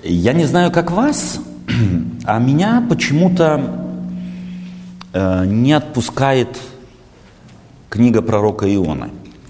Я не знаю, как вас, а меня почему-то не отпускает книга пророка Ионы.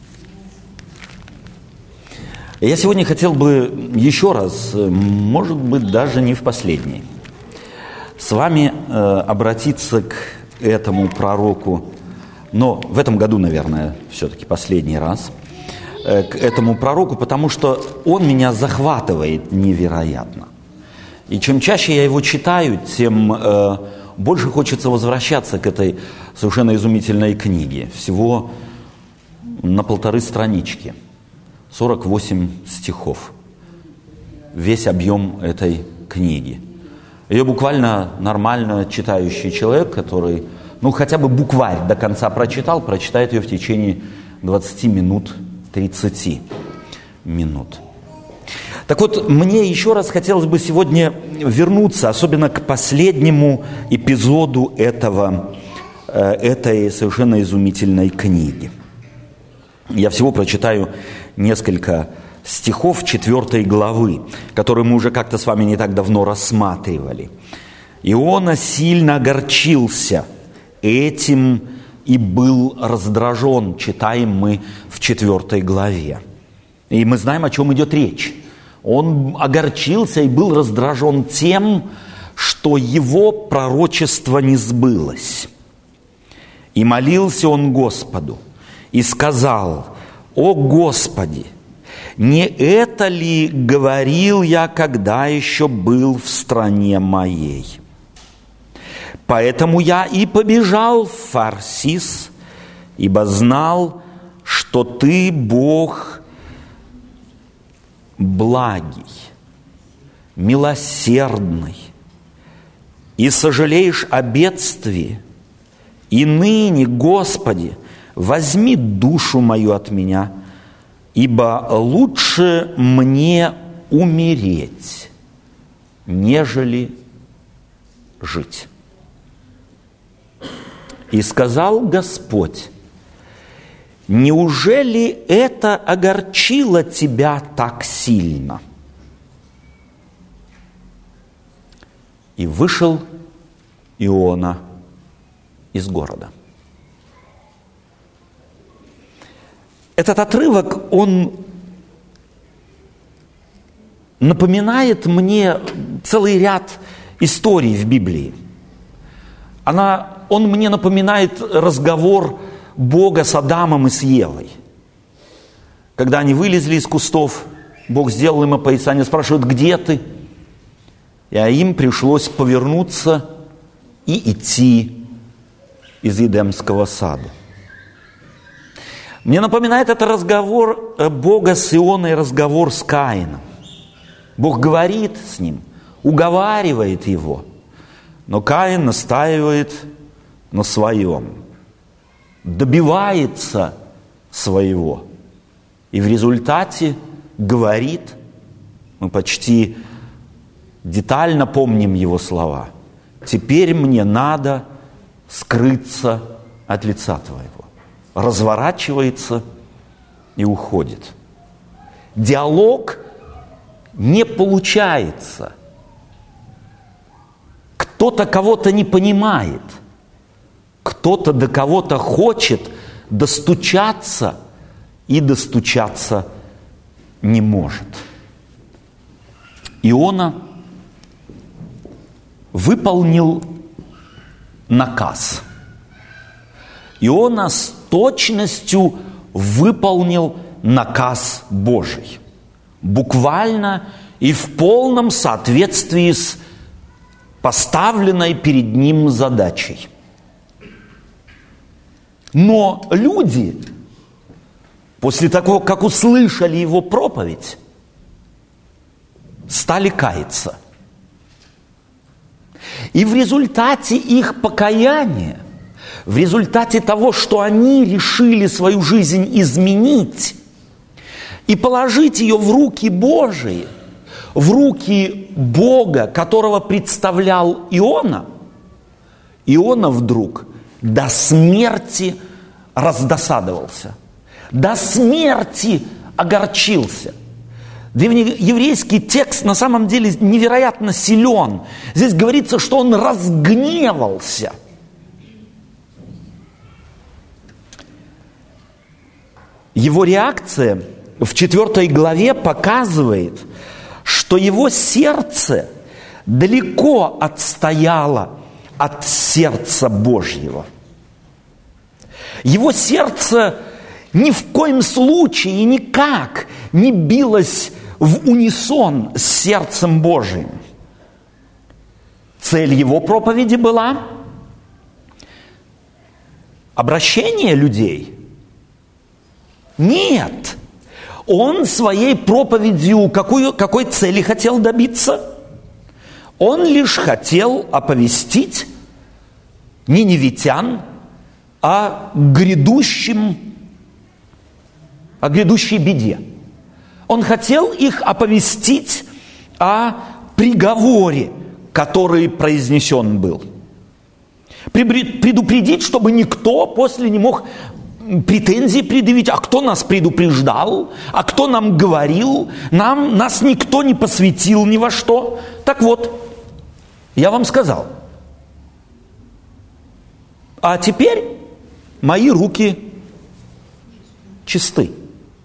Я сегодня хотел бы еще раз, может быть, даже не в последний, с вами обратиться к этому пророку, но в этом году, наверное, все-таки последний раз, к этому пророку, потому что он меня захватывает невероятно. И чем чаще я его читаю, тем больше хочется возвращаться к этой совершенно изумительной книге. Всего на 1,5 странички, 48 стихов, весь объем этой книги. Ее буквально нормально читающий человек, который, хотя бы букварь до конца прочитает ее в течение 20 минут, 30 минут. Так вот, мне еще раз хотелось бы сегодня вернуться, особенно к последнему эпизоду этой совершенно изумительной книги. Я всего прочитаю несколько стихов 4 главы, которые мы уже как-то с вами не так давно рассматривали. «Иона сильно огорчился этим и был раздражен», читаем мы в 4 главе. И мы знаем, о чем идет речь. Он огорчился и был раздражен тем, что его пророчество не сбылось. «И молился он Господу, и сказал: О Господи, не это ли говорил я, когда еще был в стране моей? Поэтому я и побежал в Фарсис, ибо знал, что ты Бог благий, милосердный, и сожалеешь о бедствии. И ныне, Господи, возьми душу мою от меня, ибо лучше мне умереть, нежели жить. И сказал Господь: неужели это огорчило тебя так сильно? И вышел Иона из города». Этот отрывок, он напоминает мне целый ряд историй в Библии. Он мне напоминает разговор Бога с Адамом и с Евой. Когда они вылезли из кустов, Бог сделал им опоясание, спрашивает: где ты? И им пришлось повернуться и идти из Едемского сада. Мне напоминает это разговор Бога с Ионой, разговор с Каином. Бог говорит с ним, уговаривает его, но Каин настаивает на своем, добивается своего. И в результате говорит, мы почти детально помним его слова: «Теперь мне надо скрыться от лица твоего». Разворачивается и уходит. Диалог не получается. Кто-то кого-то не понимает. Кто-то до кого-то хочет достучаться и достучаться не может. Иона выполнил наказ. Иона с точностью выполнил наказ Божий. Буквально и в полном соответствии с поставленной перед ним задачей. Но люди, после того, как услышали его проповедь, стали каяться. И в результате их покаяния, в результате того, что они решили свою жизнь изменить и положить ее в руки Божии, в руки Бога, которого представлял Иона, Иона вдруг до смерти раздосадовался, до смерти огорчился, Древнееврейский текст на самом деле невероятно силен. Здесь говорится, что он разгневался. Его реакция в 4 главе показывает, что его сердце далеко отстояло от сердца Божьего. Его сердце ни в коем случае и никак не билось в унисон с сердцем Божиим. Цель его проповеди была обращение людей. Нет. Он своей проповедью какой цели хотел добиться? Он лишь хотел оповестить ниневитян о грядущей беде. Он хотел их оповестить о приговоре, который произнесен был. Предупредить, чтобы никто после не мог претензии предъявить. А кто нас предупреждал? А кто нам говорил? Нас никто не посвятил ни во что. Так вот, я вам сказал. А теперь мои руки чисты.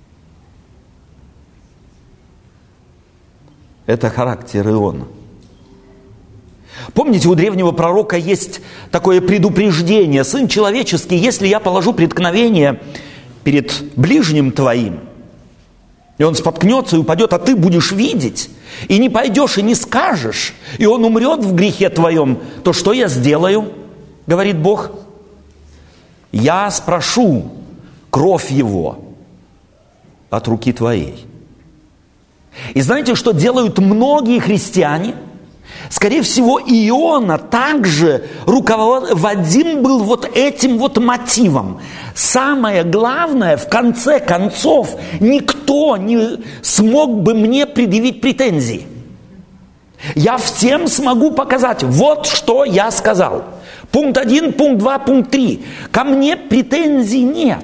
Это характер Иона. Помните, у древнего пророка есть такое предупреждение: «Сын человеческий, если я положу преткновение перед ближним твоим, и он споткнется и упадет, а ты будешь видеть, и не пойдешь и не скажешь, и он умрет в грехе твоем, то что я сделаю?» Говорит Бог. «Я спрошу кровь его от руки твоей». И знаете, что делают многие христиане? Скорее всего, Иона также руководим был вот этим вот мотивом. Самое главное, в конце концов, никто не смог бы мне предъявить претензии. Я всем смогу показать, вот что я сказал. Пункт 1, пункт 2, пункт 3. Ко мне претензий нет.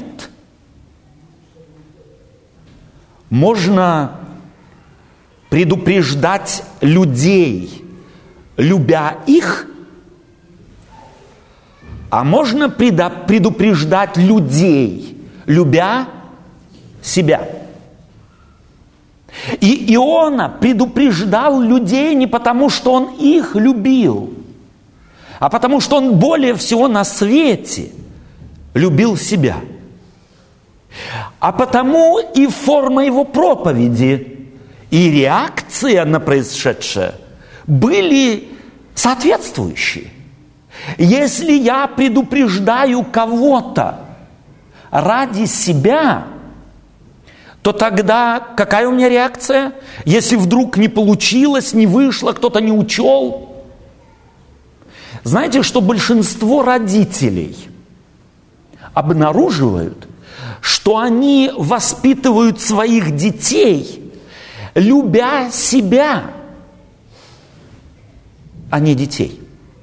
Можно предупреждать людей, любя их, а можно предупреждать людей, любя себя. И Иона предупреждал людей не потому, что он их любил, а потому, что он более всего на свете любил себя. А потому и форма его проповеди, и реакция на происшедшее были соответствующие. Если я предупреждаю кого-то ради себя, то тогда какая у меня реакция? Если вдруг не получилось, не вышло, кто-то не учел. Знаете, что большинство родителей обнаруживают, что они воспитывают своих детей, любя себя, а не детей.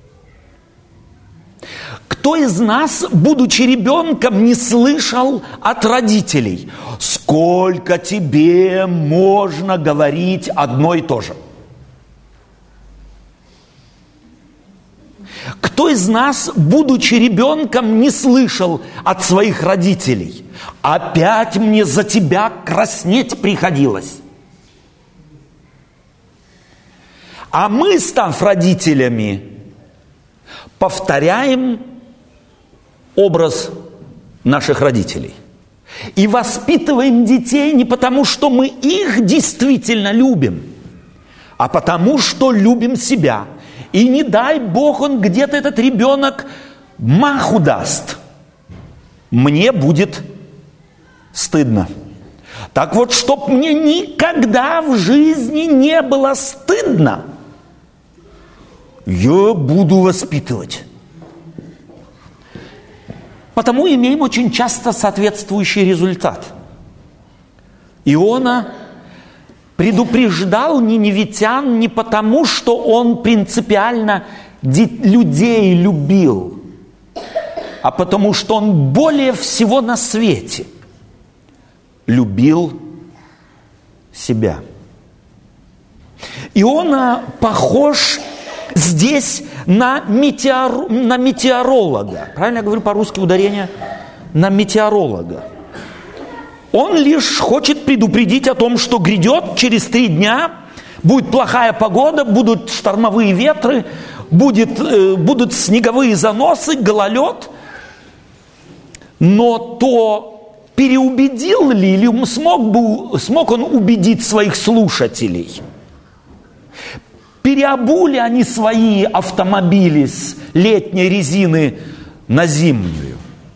Кто из нас, будучи ребенком, не слышал от родителей: сколько тебе можно говорить одно и то же? Кто из нас, будучи ребенком, не слышал от своих родителей: опять мне за тебя краснеть приходилось? А мы, став родителями, повторяем образ наших родителей. И воспитываем детей не потому, что мы их действительно любим, а потому, что любим себя. И не дай Бог, он где-то, этот ребенок, маху даст. Мне будет стыдно. Так вот, чтоб мне никогда в жизни не было стыдно, я буду воспитывать. Потому имеем очень часто соответствующий результат. Иона предупреждал ниневитян не потому, что он принципиально людей любил, а потому, что он более всего на свете любил себя. Иона похож здесь на метеоролога. Правильно я говорю по-русски ударение? На метеоролога. Он лишь хочет предупредить о том, что грядет через 3 дня, будет плохая погода, будут штормовые ветры, будут снеговые заносы, гололед. Но то переубедил ли, или смог он убедить своих слушателей? Переобули они свои автомобили с летней резины на зимнюю?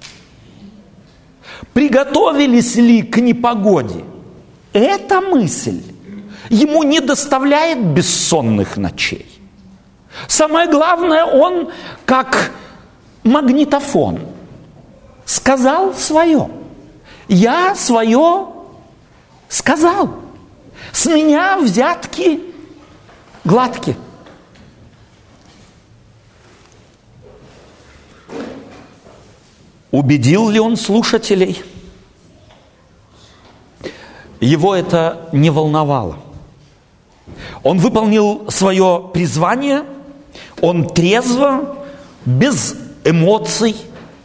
Приготовились ли к непогоде? Эта мысль ему не доставляет бессонных ночей. Самое главное, он, как магнитофон, сказал свое. Я свое сказал. С меня взятки гладкие. Убедил ли он слушателей? Его это не волновало. Он выполнил свое призвание, он трезво, без эмоций,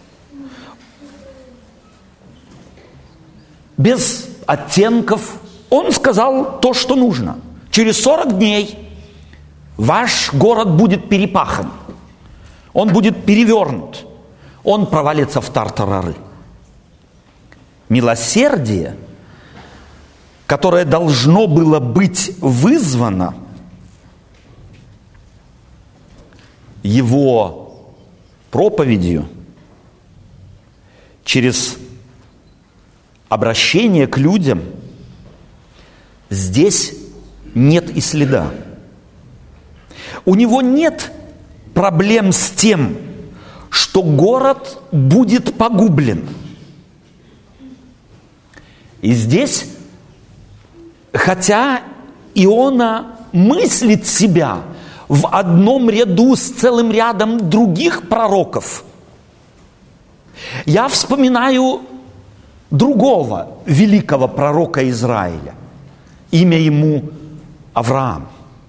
без оттенков. Он сказал то, что нужно. Через 40 дней ваш город будет перепахан, он будет перевернут, он провалится в тартарары. Милосердие, которое должно было быть вызвано его проповедью через обращение к людям, здесь нет и следа. У него нет проблем с тем, что город будет погублен. И здесь, хотя Иона мыслит себя в одном ряду с целым рядом других пророков, я вспоминаю другого великого пророка Израиля. Имя ему Авраам.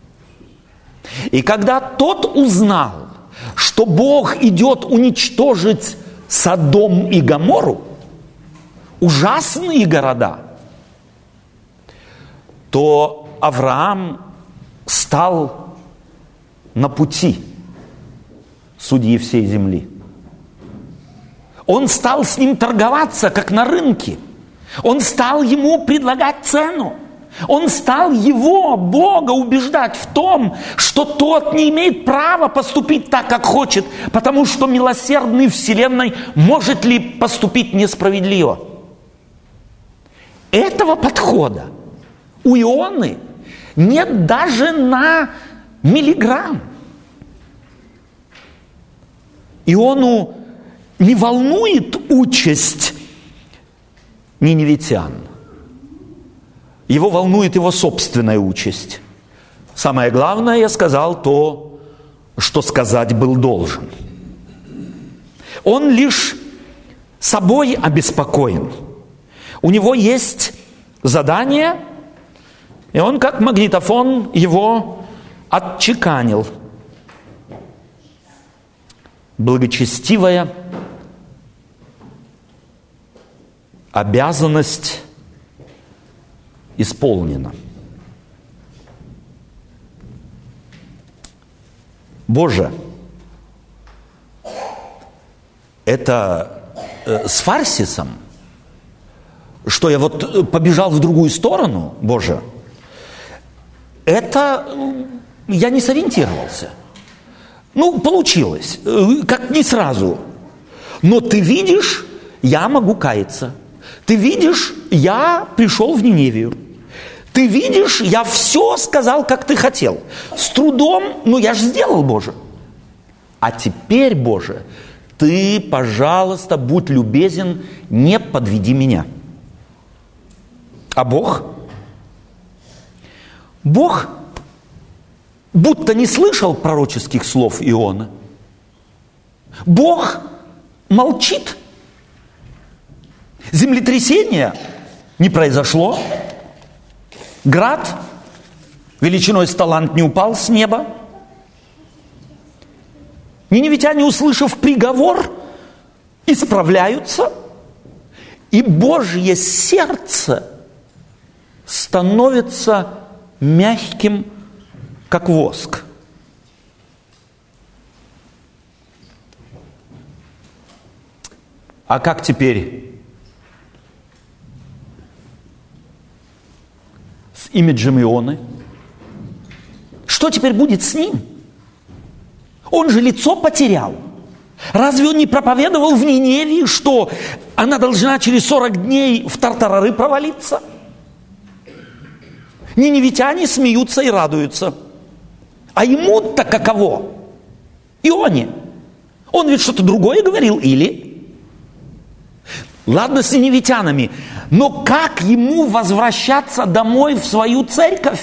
И когда тот узнал, что Бог идет уничтожить Содом и Гоморру, ужасные города, то Авраам стал на пути судьи всей земли. Он стал с ним торговаться, как на рынке. Он стал ему предлагать цену. Он стал его, Бога, убеждать в том, что тот не имеет права поступить так, как хочет, потому что милосердный Вселенной может ли поступить несправедливо. Этого подхода у Ионы нет даже на миллиграмм. Иону не волнует участь ниневитян. Его волнует его собственная участь. Самое главное, я сказал то, что сказать был должен. Он лишь собой обеспокоен. У него есть задание, и он, как магнитофон, его отчеканил. Благочестивая обязанность исполнена. Боже, это с Фарсисом, что я вот побежал в другую сторону, Боже, это я не сориентировался. Ну, получилось, как не сразу. Но ты видишь, я могу каяться. Ты видишь, я пришел в Ниневию. Ты видишь, я все сказал, как ты хотел. С трудом, но я же сделал, Боже. А теперь, Боже, ты, пожалуйста, будь любезен, не подведи меня. А Бог? Бог будто не слышал пророческих слов Иона. Бог молчит. Землетрясение не произошло. Град величиной с талант не упал с неба. Ниневитяне, услышав приговор, исправляются, и Божье сердце становится мягким, как воск. А как теперь с имиджем Ионы? Что теперь будет с ним? Он же лицо потерял. Разве он не проповедовал в Ниневии, что она должна через 40 дней в тартарары провалиться? Ниневитяне смеются и радуются. А ему-то каково? Ионе. Он ведь что-то другое говорил или? Ладно с ниневитянами, но как ему возвращаться домой в свою церковь?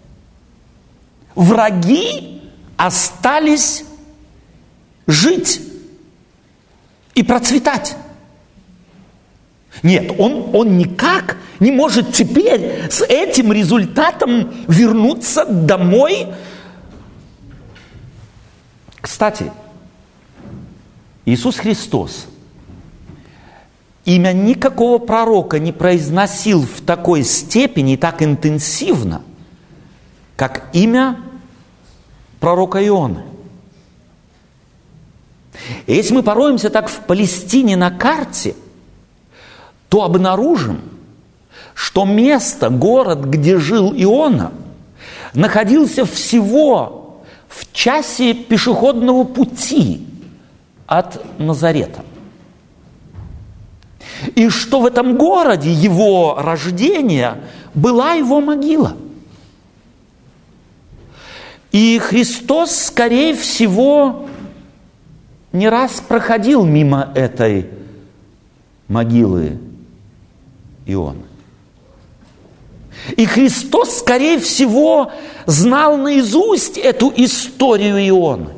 Враги остались жить и процветать. Нет, он никак не может теперь с этим результатом вернуться домой. Кстати, Иисус Христос имя никакого пророка не произносил в такой степени и так интенсивно, как имя пророка Ионы. И если мы пороемся так в Палестине на карте, то обнаружим, что место, город, где жил Иона, находился всего в часе пешеходного пути от Назарета. И что в этом городе его рождения была его могила. И Христос, скорее всего, не раз проходил мимо этой могилы Ионы. И Христос, скорее всего, знал наизусть эту историю Ионы.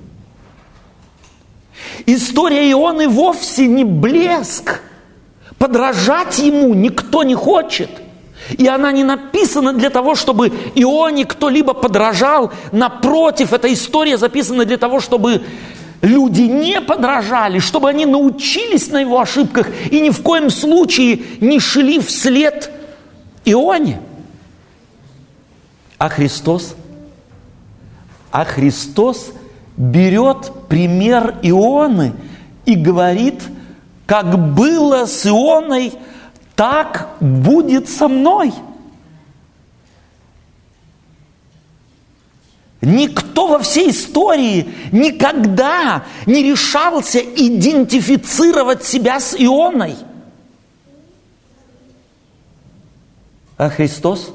История Ионы вовсе не блеск. Подражать ему никто не хочет. И она не написана для того, чтобы Ионе кто-либо подражал. Напротив, эта история записана для того, чтобы люди не подражали, чтобы они научились на его ошибках и ни в коем случае не шли вслед Ионе. А Христос берет пример Ионы и говорит: как было с Ионой, так будет со мной. Никто во всей истории никогда не решался идентифицировать себя с Ионой. А Христос?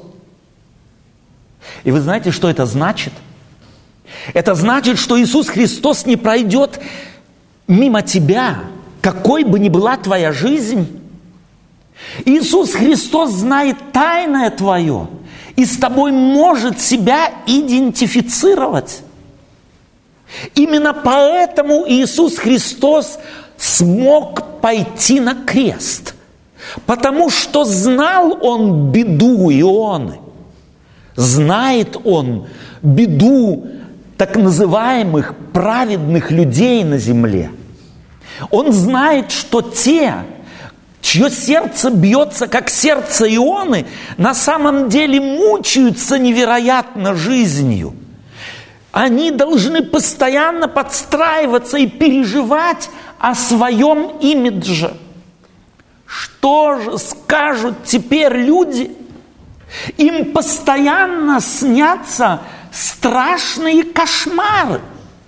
И вы знаете, что это значит? Это значит, что Иисус Христос не пройдет мимо тебя, какой бы ни была твоя жизнь. Иисус Христос знает тайное твое и с тобой может себя идентифицировать. Именно поэтому Иисус Христос смог пойти на крест, потому что знал Он беду Ионы, знает Он беду так называемых праведных людей на земле. Он знает, что те, чье сердце бьется, как сердце Ионы, на самом деле мучаются невероятно жизнью. Они должны постоянно подстраиваться и переживать о своем имидже. Что же скажут теперь люди? Им постоянно снятся страшные кошмары.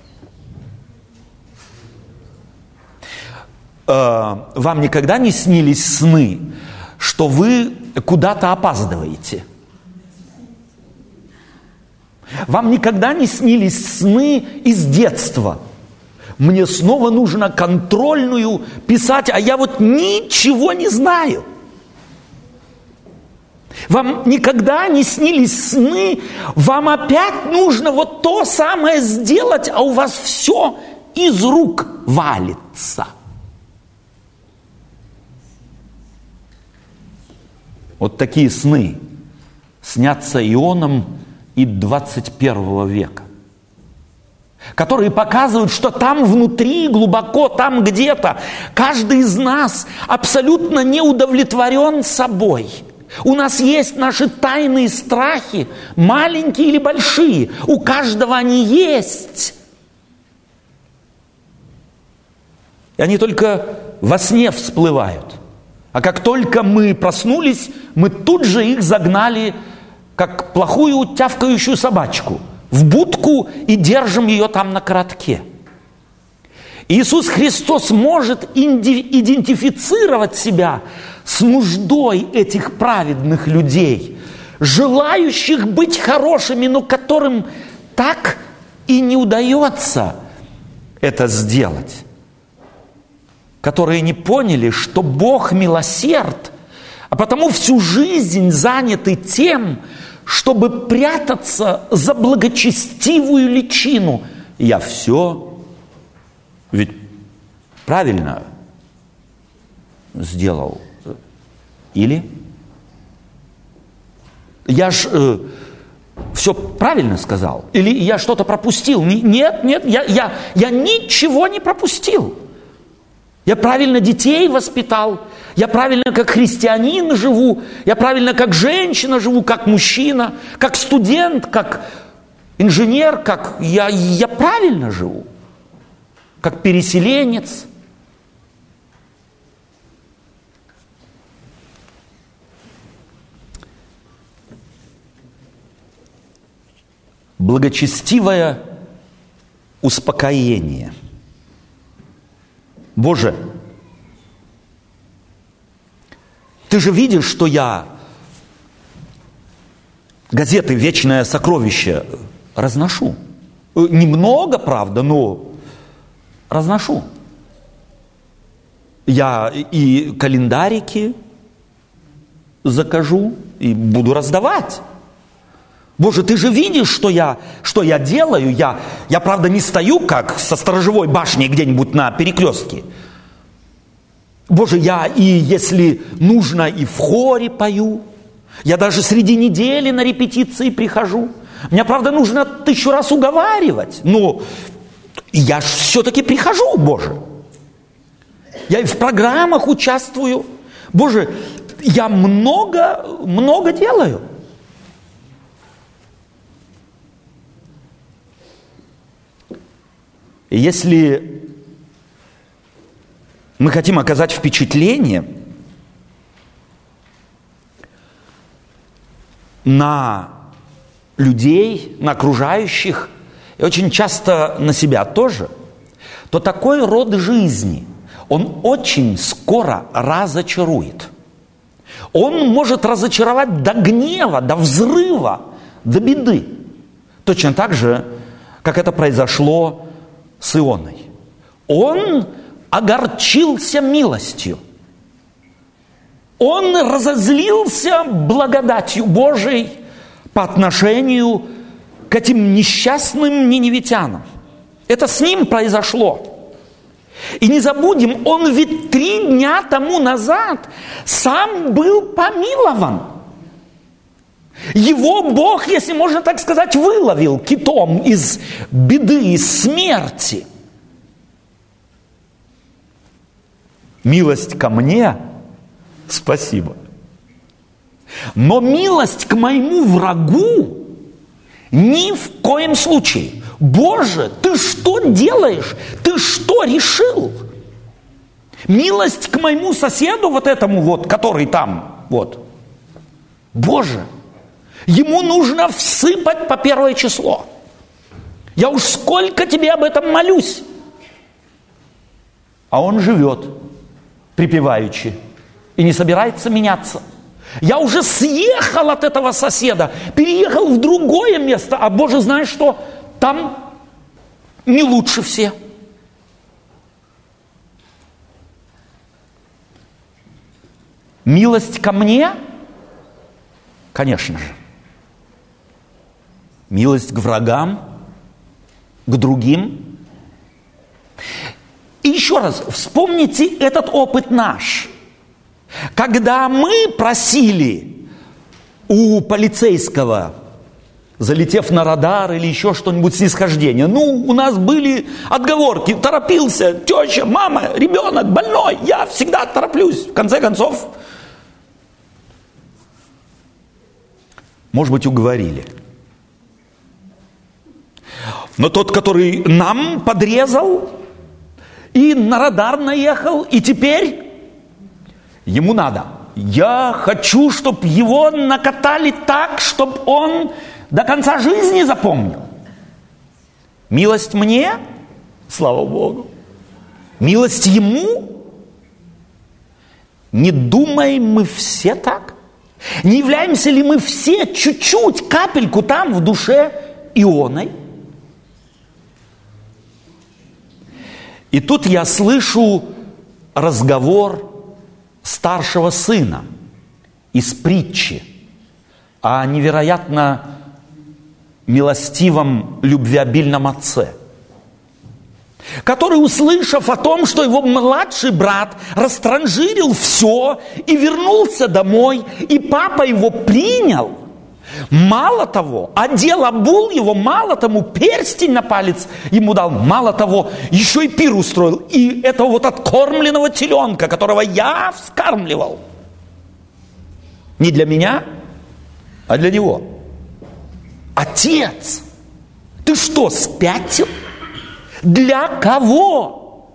Вам никогда не снились сны, что вы куда-то опаздываете? Вам никогда не снились сны из детства? Мне снова нужно контрольную писать, а я вот ничего не знаю. Вам никогда не снились сны, вам опять нужно вот то самое сделать, а у вас все из рук валится. Вот такие сны снятся Ионам и 21 века, которые показывают, что там внутри, глубоко, там где-то, каждый из нас абсолютно не удовлетворен собой. У нас есть наши тайные страхи, маленькие или большие. У каждого они есть. И они только во сне всплывают. А как только мы проснулись, мы тут же их загнали, как плохую тявкающую собачку, в будку и держим ее там на коротке. Иисус Христос может идентифицировать себя с нуждой этих праведных людей, желающих быть хорошими, но которым так и не удается это сделать, которые не поняли, что Бог милосерд, а потому всю жизнь заняты тем, чтобы прятаться за благочестивую личину. Я все ведь правильно сделал. Или я ж все правильно сказал. Или я что-то пропустил. Нет, я ничего не пропустил. Я правильно детей воспитал. Я правильно как христианин живу. Я правильно как женщина живу, как мужчина, как студент, как инженер, как я правильно живу. Как переселенец. Благочестивое успокоение. Боже, ты же видишь, что я газеты «Вечное сокровище» разношу. Немного, правда, но разношу. Я и календарики закажу, и буду раздавать. Боже, ты же видишь, что я делаю. Я, правда, не стою, как со сторожевой башней где-нибудь на перекрестке. Боже, я и, если нужно, и в хоре пою. Я даже среди недели на репетиции прихожу. Меня, правда, нужно 1000 раз уговаривать. Но я ж все-таки прихожу, Боже. Я и в программах участвую. Боже, я много делаю. И если мы хотим оказать впечатление на людей, на окружающих, и очень часто на себя тоже, то такой род жизни, он очень скоро разочарует. Он может разочаровать до гнева, до взрыва, до беды. Точно так же, как это произошло с Ионой. Он огорчился милостью. Он разозлился благодатью Божией по отношению к этим несчастным ниневитянам. Это с ним произошло. И не забудем, он ведь 3 дня тому назад сам был помилован. Его Бог, если можно так сказать, выловил китом из беды, из смерти. Милость ко мне – спасибо. Но милость к моему врагу ни в коем случае. Боже, ты что делаешь? Ты что решил? Милость к моему соседу, вот этому вот, который там, вот. Боже, ему нужно всыпать по 1 число. Я уж сколько тебе об этом молюсь. А он живет припеваючи и не собирается меняться. Я уже съехал от этого соседа, переехал в другое место, а Боже, знаешь что? Там не лучше все. Милость ко мне? Конечно же. Милость к врагам, к другим. И еще раз, вспомните этот опыт наш. Когда мы просили у полицейского залетев на радар или еще что-нибудь, снисхождение. У нас были отговорки, торопился, теща, мама, ребенок, больной, я всегда тороплюсь. В конце концов, может быть, уговорили. Но тот, который нам подрезал и на радар наехал, и теперь ему надо. Я хочу, чтобы его накатали так, чтобы он до конца жизни запомнил. Милость мне, слава Богу. Милость ему. Не думаем мы все так? Не являемся ли мы все чуть-чуть, капельку там в душе Ионой? И тут я слышу разговор старшего сына из притчи о невероятно милостивом, любвеобильном отце, который, услышав о том, что его младший брат растранжирил все и вернулся домой, и папа его принял, мало того, одел, обул его, мало тому, перстень на палец ему дал, мало того, еще и пир устроил, и этого вот откормленного теленка, которого я вскармливал, не для меня, а для него. Отец, ты что, спятил? Для кого?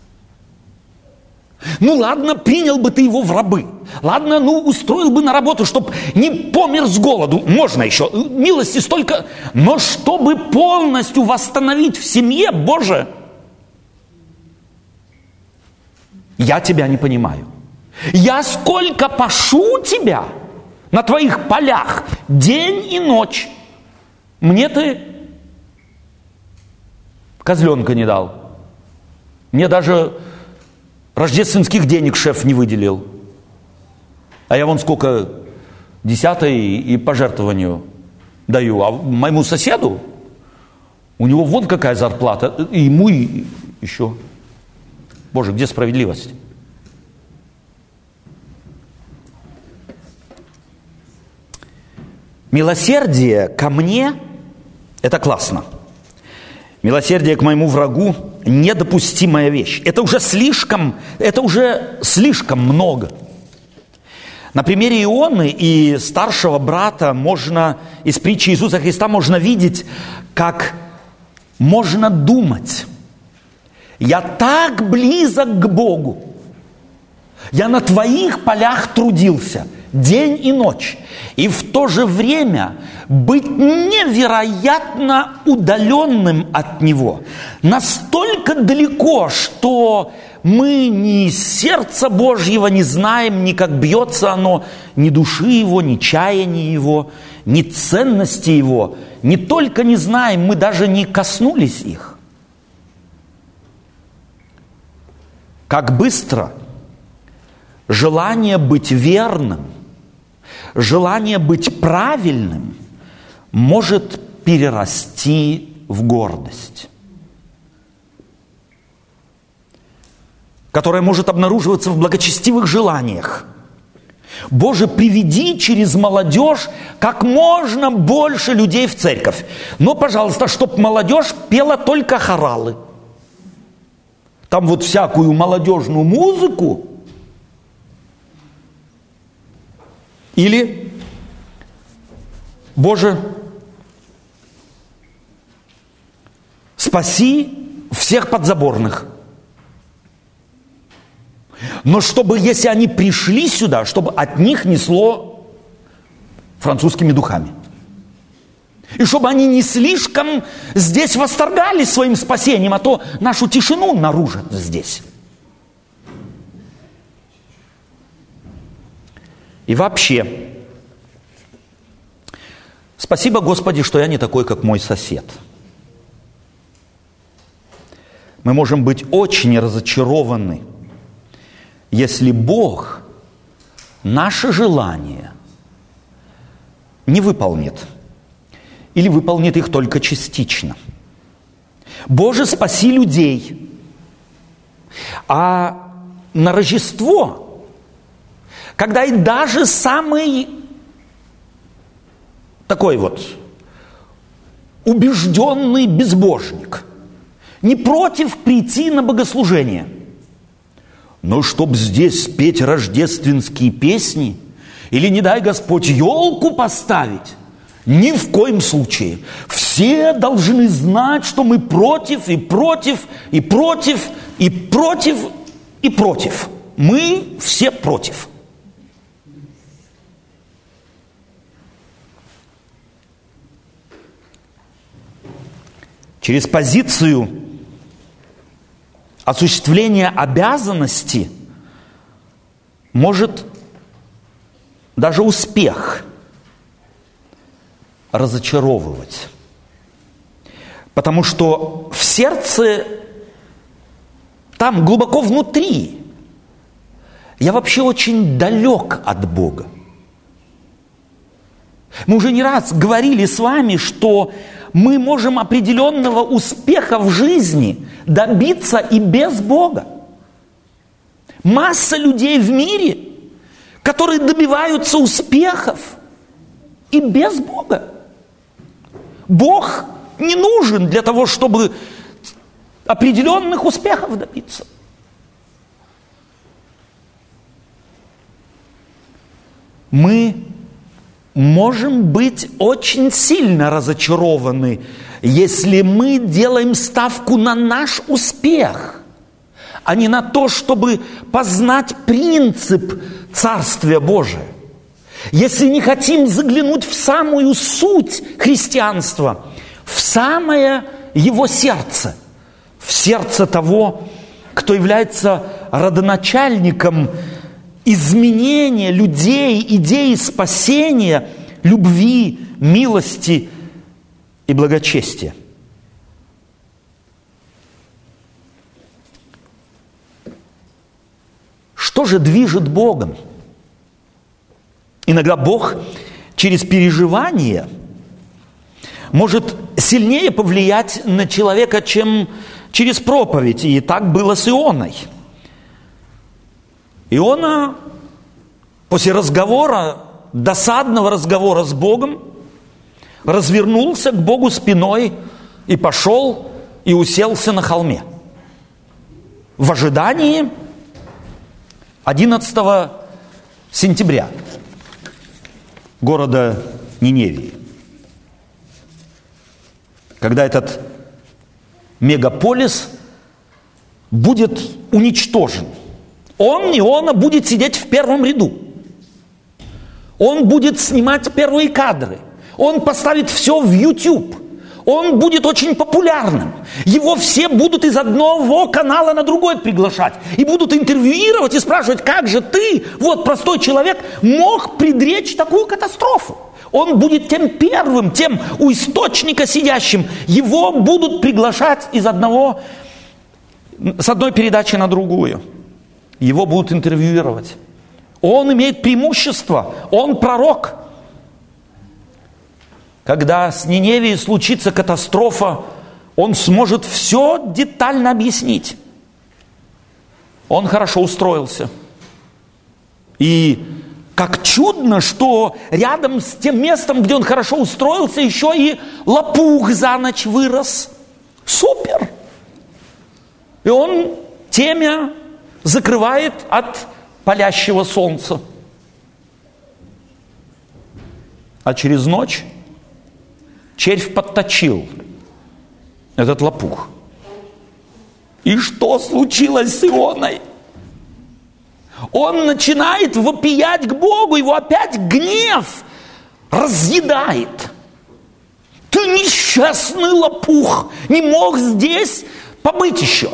Ладно, принял бы ты его в рабы. Ладно, устроил бы на работу, чтобы не помер с голоду. Можно еще, милости столько. Но чтобы полностью восстановить в семье, Боже, я тебя не понимаю. Я сколько пашу тебя на твоих полях, день и ночь. Мне ты козленка не дал. Мне даже рождественских денег шеф не выделил. А я вон сколько десятой и пожертвованию даю. А моему соседу, у него вон какая зарплата. И ему и еще. Боже, где справедливость? Милосердие ко мне – это классно. Милосердие к моему врагу – недопустимая вещь. Это уже слишком много. На примере Ионы и старшего брата можно, из притчи Иисуса Христа можно видеть, как можно думать. Я так близок к Богу. Я на твоих полях трудился день и ночь. И в то же время быть невероятно удаленным от Него. Настолько далеко, что мы ни сердца Божьего не знаем, ни как бьется оно, ни души Его, ни чаяния Его, ни ценности Его. Не только не знаем, мы даже не коснулись их. Как быстро желание быть верным, желание быть правильным может перерасти в гордость, которая может обнаруживаться в благочестивых желаниях. Боже, приведи через молодежь как можно больше людей в церковь. Но, пожалуйста, чтоб молодежь пела только хоралы. Там вот всякую молодежную музыку. Или, Боже, спаси всех подзаборных. Но чтобы, если они пришли сюда, чтобы от них несло французскими духами. И чтобы они не слишком здесь восторгались своим спасением, а то нашу тишину нарушат здесь. И вообще, спасибо, Господи, что я не такой, как мой сосед. Мы можем быть очень разочарованы, если Бог наше желание не выполнит или выполнит их только частично. Боже, спаси людей. А на Рождество, когда и даже самый такой вот убежденный безбожник, не против прийти на богослужение. Но чтоб здесь спеть рождественские песни или, не дай Господь, елку поставить, ни в коем случае. Все должны знать, что мы против, и против, и против, и против, и против. Мы все против. Через позицию осуществления обязанности может даже успех разочаровывать. Потому что в сердце, там глубоко внутри, я вообще очень далек от Бога. Мы уже не раз говорили с вами, что мы можем определенного успеха в жизни добиться и без Бога. Масса людей в мире, которые добиваются успехов и без Бога. Бог не нужен для того, чтобы определенных успехов добиться. Мы можем быть очень сильно разочарованы, если мы делаем ставку на наш успех, а не на то, чтобы познать принцип Царствия Божия. Если не хотим заглянуть в самую суть христианства, в самое его сердце, в сердце того, кто является родоначальником изменения людей, идеи спасения, любви, милости и благочестия. Что же движет Богом? Иногда Бог через переживание может сильнее повлиять на человека, чем через проповедь. И так было с Ионой. Иона после разговора, досадного разговора с Богом, развернулся к Богу спиной и пошел и уселся на холме в ожидании 11 сентября города Ниневии, когда этот мегаполис будет уничтожен. Он, Иона, будет сидеть в первом ряду. Он будет снимать первые кадры. Он поставит все в YouTube. Он будет очень популярным. Его все будут из одного канала на другой приглашать. И будут интервьюировать и спрашивать, как же ты, вот простой человек, мог предречь такую катастрофу. Он будет тем первым, тем у источника сидящим. Его будут приглашать с одной передачи на другую. Его будут интервьюировать. Он имеет преимущество, он пророк. Когда с Ниневией случится катастрофа, он сможет все детально объяснить. Он хорошо устроился. И как чудно, что рядом с тем местом, где он хорошо устроился, еще и лопух за ночь вырос. Супер! И он темя закрывает от палящего солнца. А через ночь червь подточил этот лопух. И что случилось с Ионой? Он начинает вопиять к Богу, его опять гнев разъедает. Ты несчастный лопух, не мог здесь побыть еще.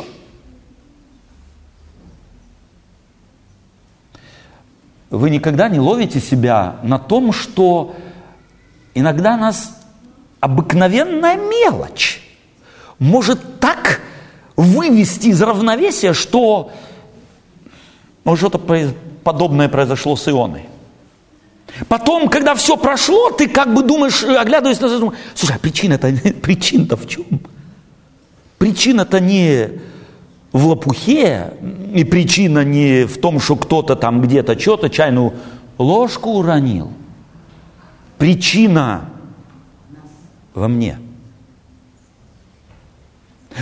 Вы никогда не ловите себя на том, что иногда нас обыкновенная мелочь может так вывести из равновесия, что что-то подобное произошло с Ионой. Потом, когда все прошло, ты как бы думаешь, оглядываясь назад, думаешь, слушай, а причина-то в чем? Причина-то не в лопухе, и причина не в том, что кто-то там где-то что-то, чайную ложку уронил. Причина во мне.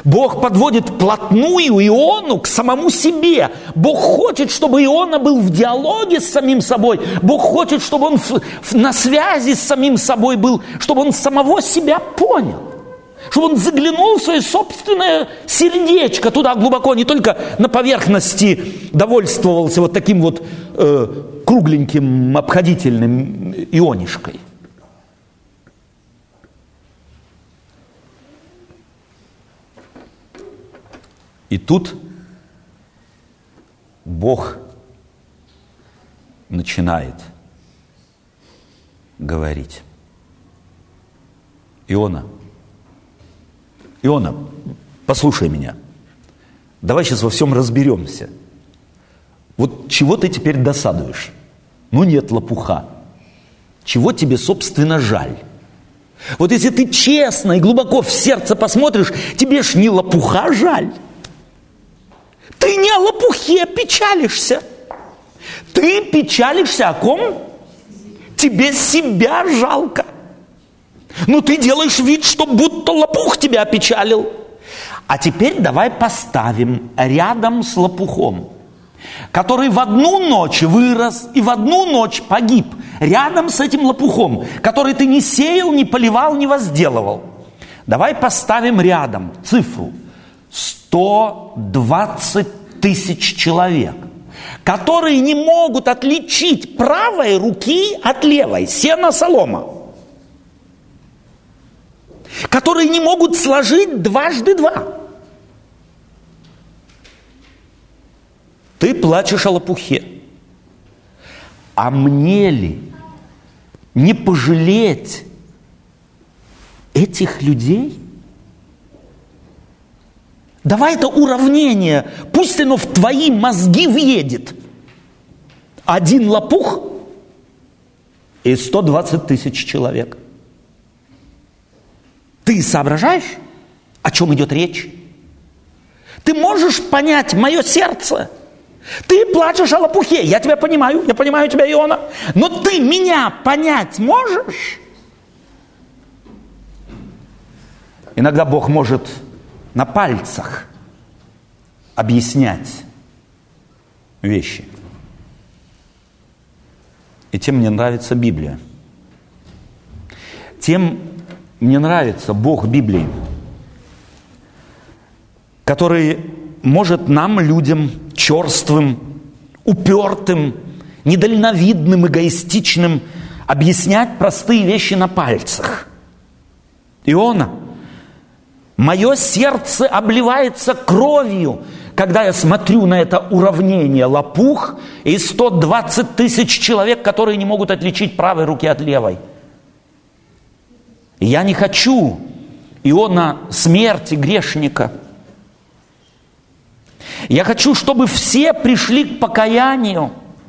Бог подводит вплотную Иону к самому себе. Бог хочет, чтобы Иона был в диалоге с самим собой. Бог хочет, чтобы он на связи с самим собой был, чтобы он самого себя понял. Чтобы он заглянул в свое собственное сердечко туда глубоко, не только на поверхности довольствовался вот таким вот кругленьким, обходительным ионишкой. И тут Бог начинает говорить. Иона, послушай меня. Давай сейчас во всем разберемся. Вот чего ты теперь досадуешь? Ну нет, лопуха. Чего тебе, собственно, жаль? Вот если ты честно и глубоко в сердце посмотришь, тебе ж не лопуха жаль. Ты не о лопухе печалишься. Ты печалишься о ком? Тебе себя жалко. Но ты делаешь вид, что будто лопух тебя опечалил. А теперь давай поставим рядом с лопухом, который в одну ночь вырос и в одну ночь погиб, рядом с этим лопухом, который ты не сеял, не поливал, не возделывал. Давай поставим рядом цифру 120 тысяч человек, которые не могут отличить правой руки от левой, сено, солома, которые не могут сложить дважды два. Ты плачешь о лопухе. А мне ли не пожалеть этих людей? Давай это уравнение, пусть оно в твои мозги въедет. Один лопух и 120 тысяч человек. Ты соображаешь, о чем идет речь? Ты можешь понять мое сердце? Ты плачешь о лопухе, я тебя понимаю, я понимаю тебя, Иона. Но ты меня понять можешь? Иногда Бог может на пальцах объяснять вещи. И тем мне нравится Библия. Тем мне нравится Бог Библии, который может нам, людям, черствым, упертым, недальновидным, эгоистичным, объяснять простые вещи на пальцах. Иона, мое сердце обливается кровью, когда я смотрю на это уравнение лопух и 120 тысяч человек, которые не могут отличить правой руки от левой. Я не хочу, Иона, смерти грешника. Я хочу, чтобы все пришли к покаянию.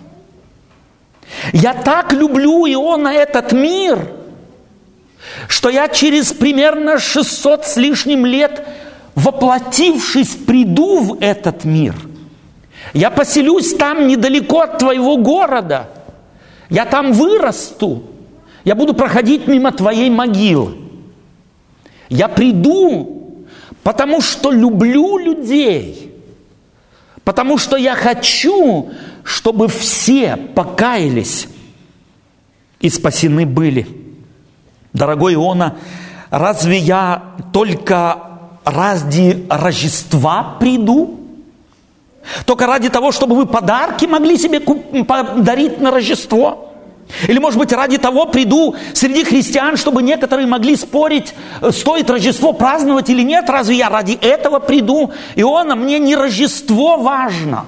Я так люблю, Иона, этот мир, что я через примерно 600 с лишним лет, воплотившись, приду в этот мир. Я поселюсь там недалеко от твоего города. Я там вырасту. Я буду проходить мимо твоей могилы. Я приду, потому что люблю людей. Потому что я хочу, чтобы все покаялись и спасены были. Дорогой Иона, разве я только ради Рождества приду? Только ради того, чтобы вы подарки могли себе подарить на Рождество? Или, может быть, ради того приду среди христиан, чтобы некоторые могли спорить, стоит Рождество праздновать или нет? Разве я ради этого приду? Иона, мне не Рождество важно.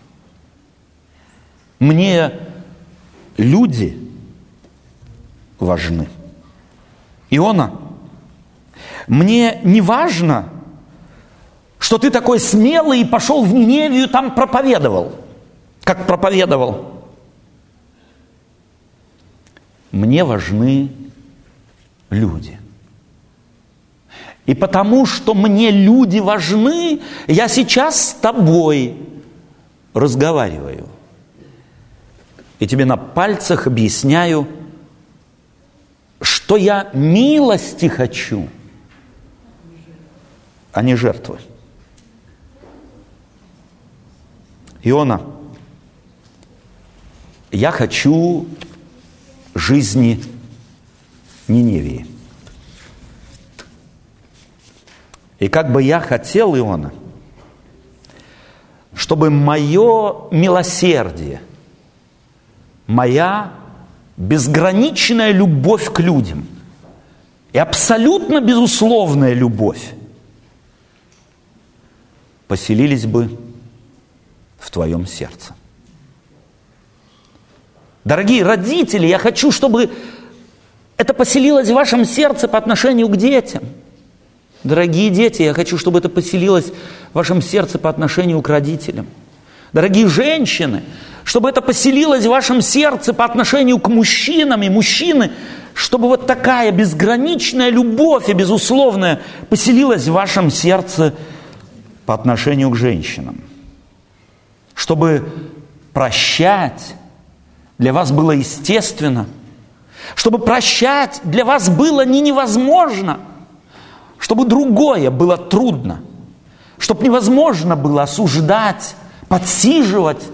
Мне люди важны. Иона, мне не важно, что ты такой смелый и пошел в Ниневию, там проповедовал, как проповедовал. Мне важны люди. И потому что мне люди важны, я сейчас с тобой разговариваю. И тебе на пальцах объясняю, что я милости хочу, а не жертвы. Иона, я хочу жизни Ниневии. И как бы я хотел, Иона, чтобы мое милосердие, моя безграничная любовь к людям и абсолютно безусловная любовь поселились бы в твоем сердце. Дорогие родители, я хочу, чтобы это поселилось в вашем сердце по отношению к детям. Дорогие дети, я хочу, чтобы это поселилось в вашем сердце по отношению к родителям. Дорогие женщины, чтобы это поселилось в вашем сердце по отношению к мужчинам, и мужчины, чтобы вот такая безграничная любовь и безусловная поселилась в вашем сердце по отношению к женщинам. Чтобы прощать для вас было естественно, чтобы прощать для вас было не невозможно, чтобы другое было трудно, чтобы невозможно было осуждать, подсиживать.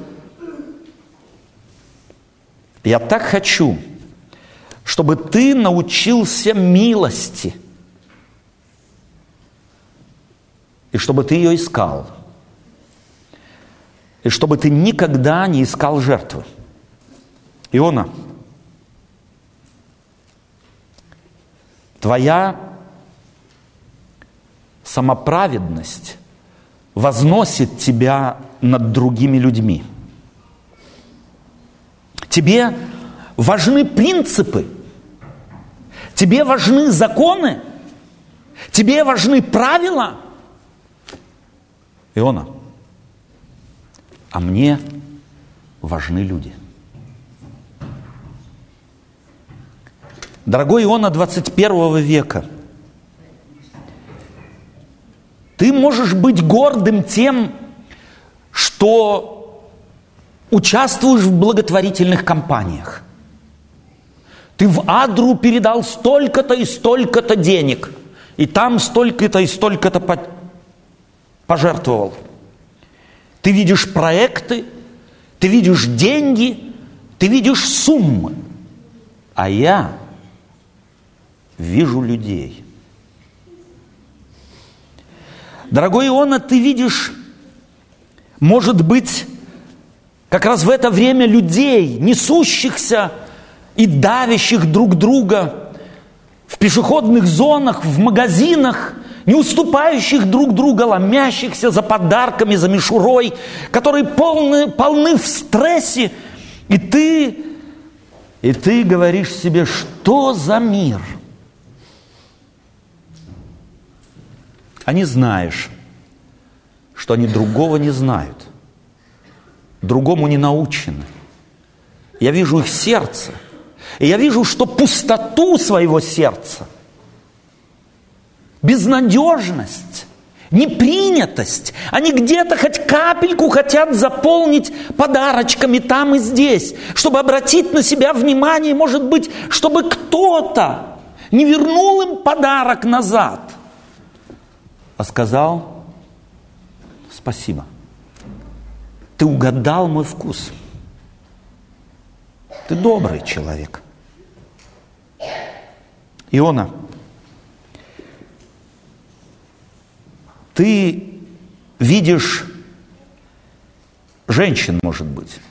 Я так хочу, чтобы ты научился милости, и чтобы ты ее искал, и чтобы ты никогда не искал жертвы. Иона, твоя самоправедность возносит тебя над другими людьми. Тебе важны принципы, тебе важны законы, тебе важны правила. Иона, а мне важны люди. Дорогой Иона 21 века, ты можешь быть гордым тем, что участвуешь в благотворительных кампаниях. Ты в Адру передал столько-то и столько-то денег, и там столько-то и столько-то пожертвовал. Ты видишь проекты, ты видишь деньги, ты видишь суммы. А я вижу людей. Дорогой Иона, ты видишь, может быть, как раз в это время людей, несущихся и давящих друг друга в пешеходных зонах, в магазинах, не уступающих друг друга, ломящихся за подарками, за мишурой, которые полны в стрессе. И ты говоришь себе, что за мир? А не знаешь, что они другого не знают, другому не научены. Я вижу их сердце, и я вижу, что пустоту своего сердца, безнадежность, непринятость, они где-то хоть капельку хотят заполнить подарочками там и здесь, чтобы обратить на себя внимание, может быть, чтобы кто-то не вернул им подарок назад, а сказал: спасибо, ты угадал мой вкус, ты добрый человек. Иона, ты видишь женщин, может быть,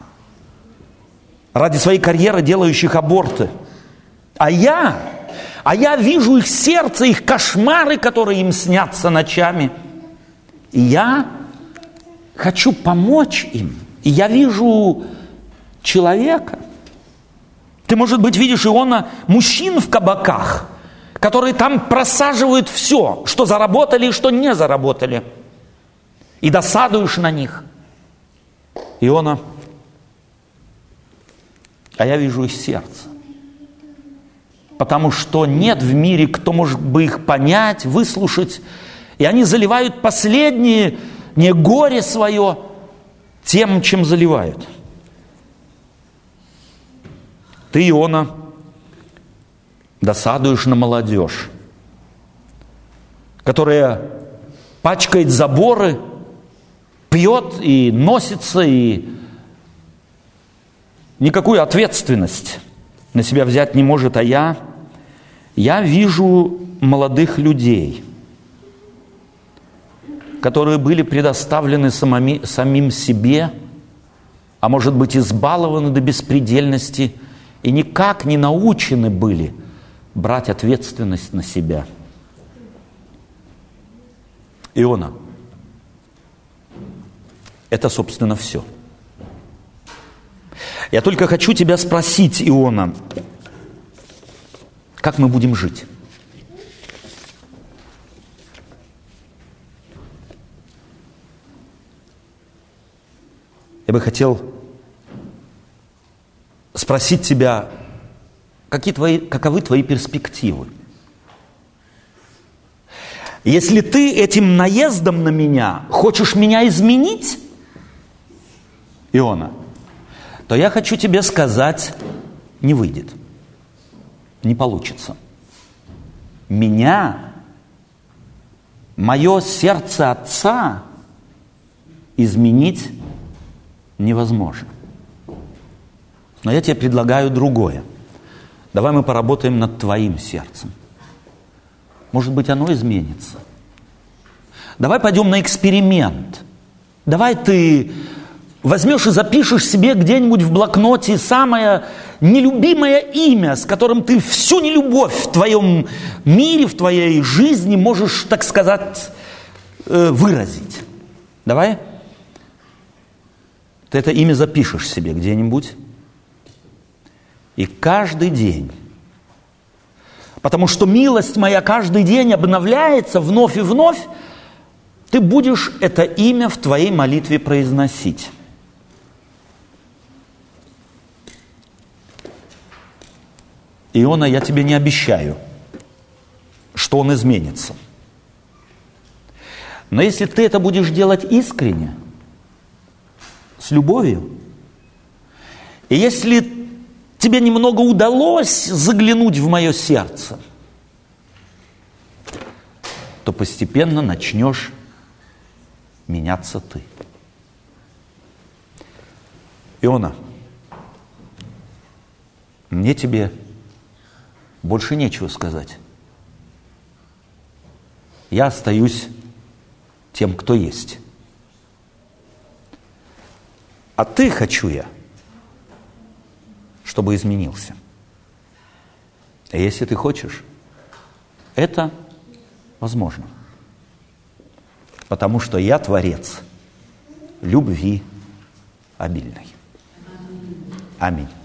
ради своей карьеры делающих аборты, а я вижу их сердце, их кошмары, которые им снятся ночами. И я хочу помочь им. И я вижу человека. Ты, может быть, видишь, Иона, мужчин в кабаках, которые там просаживают все, что заработали и что не заработали. И досадуешь на них. Иона, а я вижу их сердце. Потому что нет в мире, кто может бы их понять, выслушать. И они заливают последнее, не горе свое, тем, чем заливают. Ты, Иона, досадуешь на молодежь, которая пачкает заборы, пьет и носится, и никакую ответственность на себя взять не может. А я вижу молодых людей, которые были предоставлены самим себе, а может быть избалованы до беспредельности и никак не научены были брать ответственность на себя. Иона. Это, собственно, все. Я только хочу тебя спросить, Иона, как мы будем жить? Я бы хотел спросить тебя, каковы твои перспективы? Если ты этим наездом на меня хочешь меня изменить, Иона, то я хочу тебе сказать, не выйдет, не получится. Мое сердце Отца изменить невозможно. Но я тебе предлагаю другое. Давай мы поработаем над твоим сердцем. Может быть, оно изменится. Давай пойдем на эксперимент. Давай ты возьмешь и запишешь себе где-нибудь в блокноте самое нелюбимое имя, с которым ты всю нелюбовь в твоем мире, в твоей жизни можешь, так сказать, выразить. Давай. Ты это имя запишешь себе где-нибудь. И каждый день, потому что милость моя каждый день обновляется вновь и вновь, ты будешь это имя в твоей молитве произносить. Иона, я тебе не обещаю, что он изменится. Но если ты это будешь делать искренне, с любовью, и если тебе немного удалось заглянуть в мое сердце, то постепенно начнешь меняться ты. Иона, мне тебе больше нечего сказать. Я остаюсь тем, кто есть. А ты, хочу я, чтобы изменился. А если ты хочешь, это возможно. Потому что я Творец любви обильной. Аминь.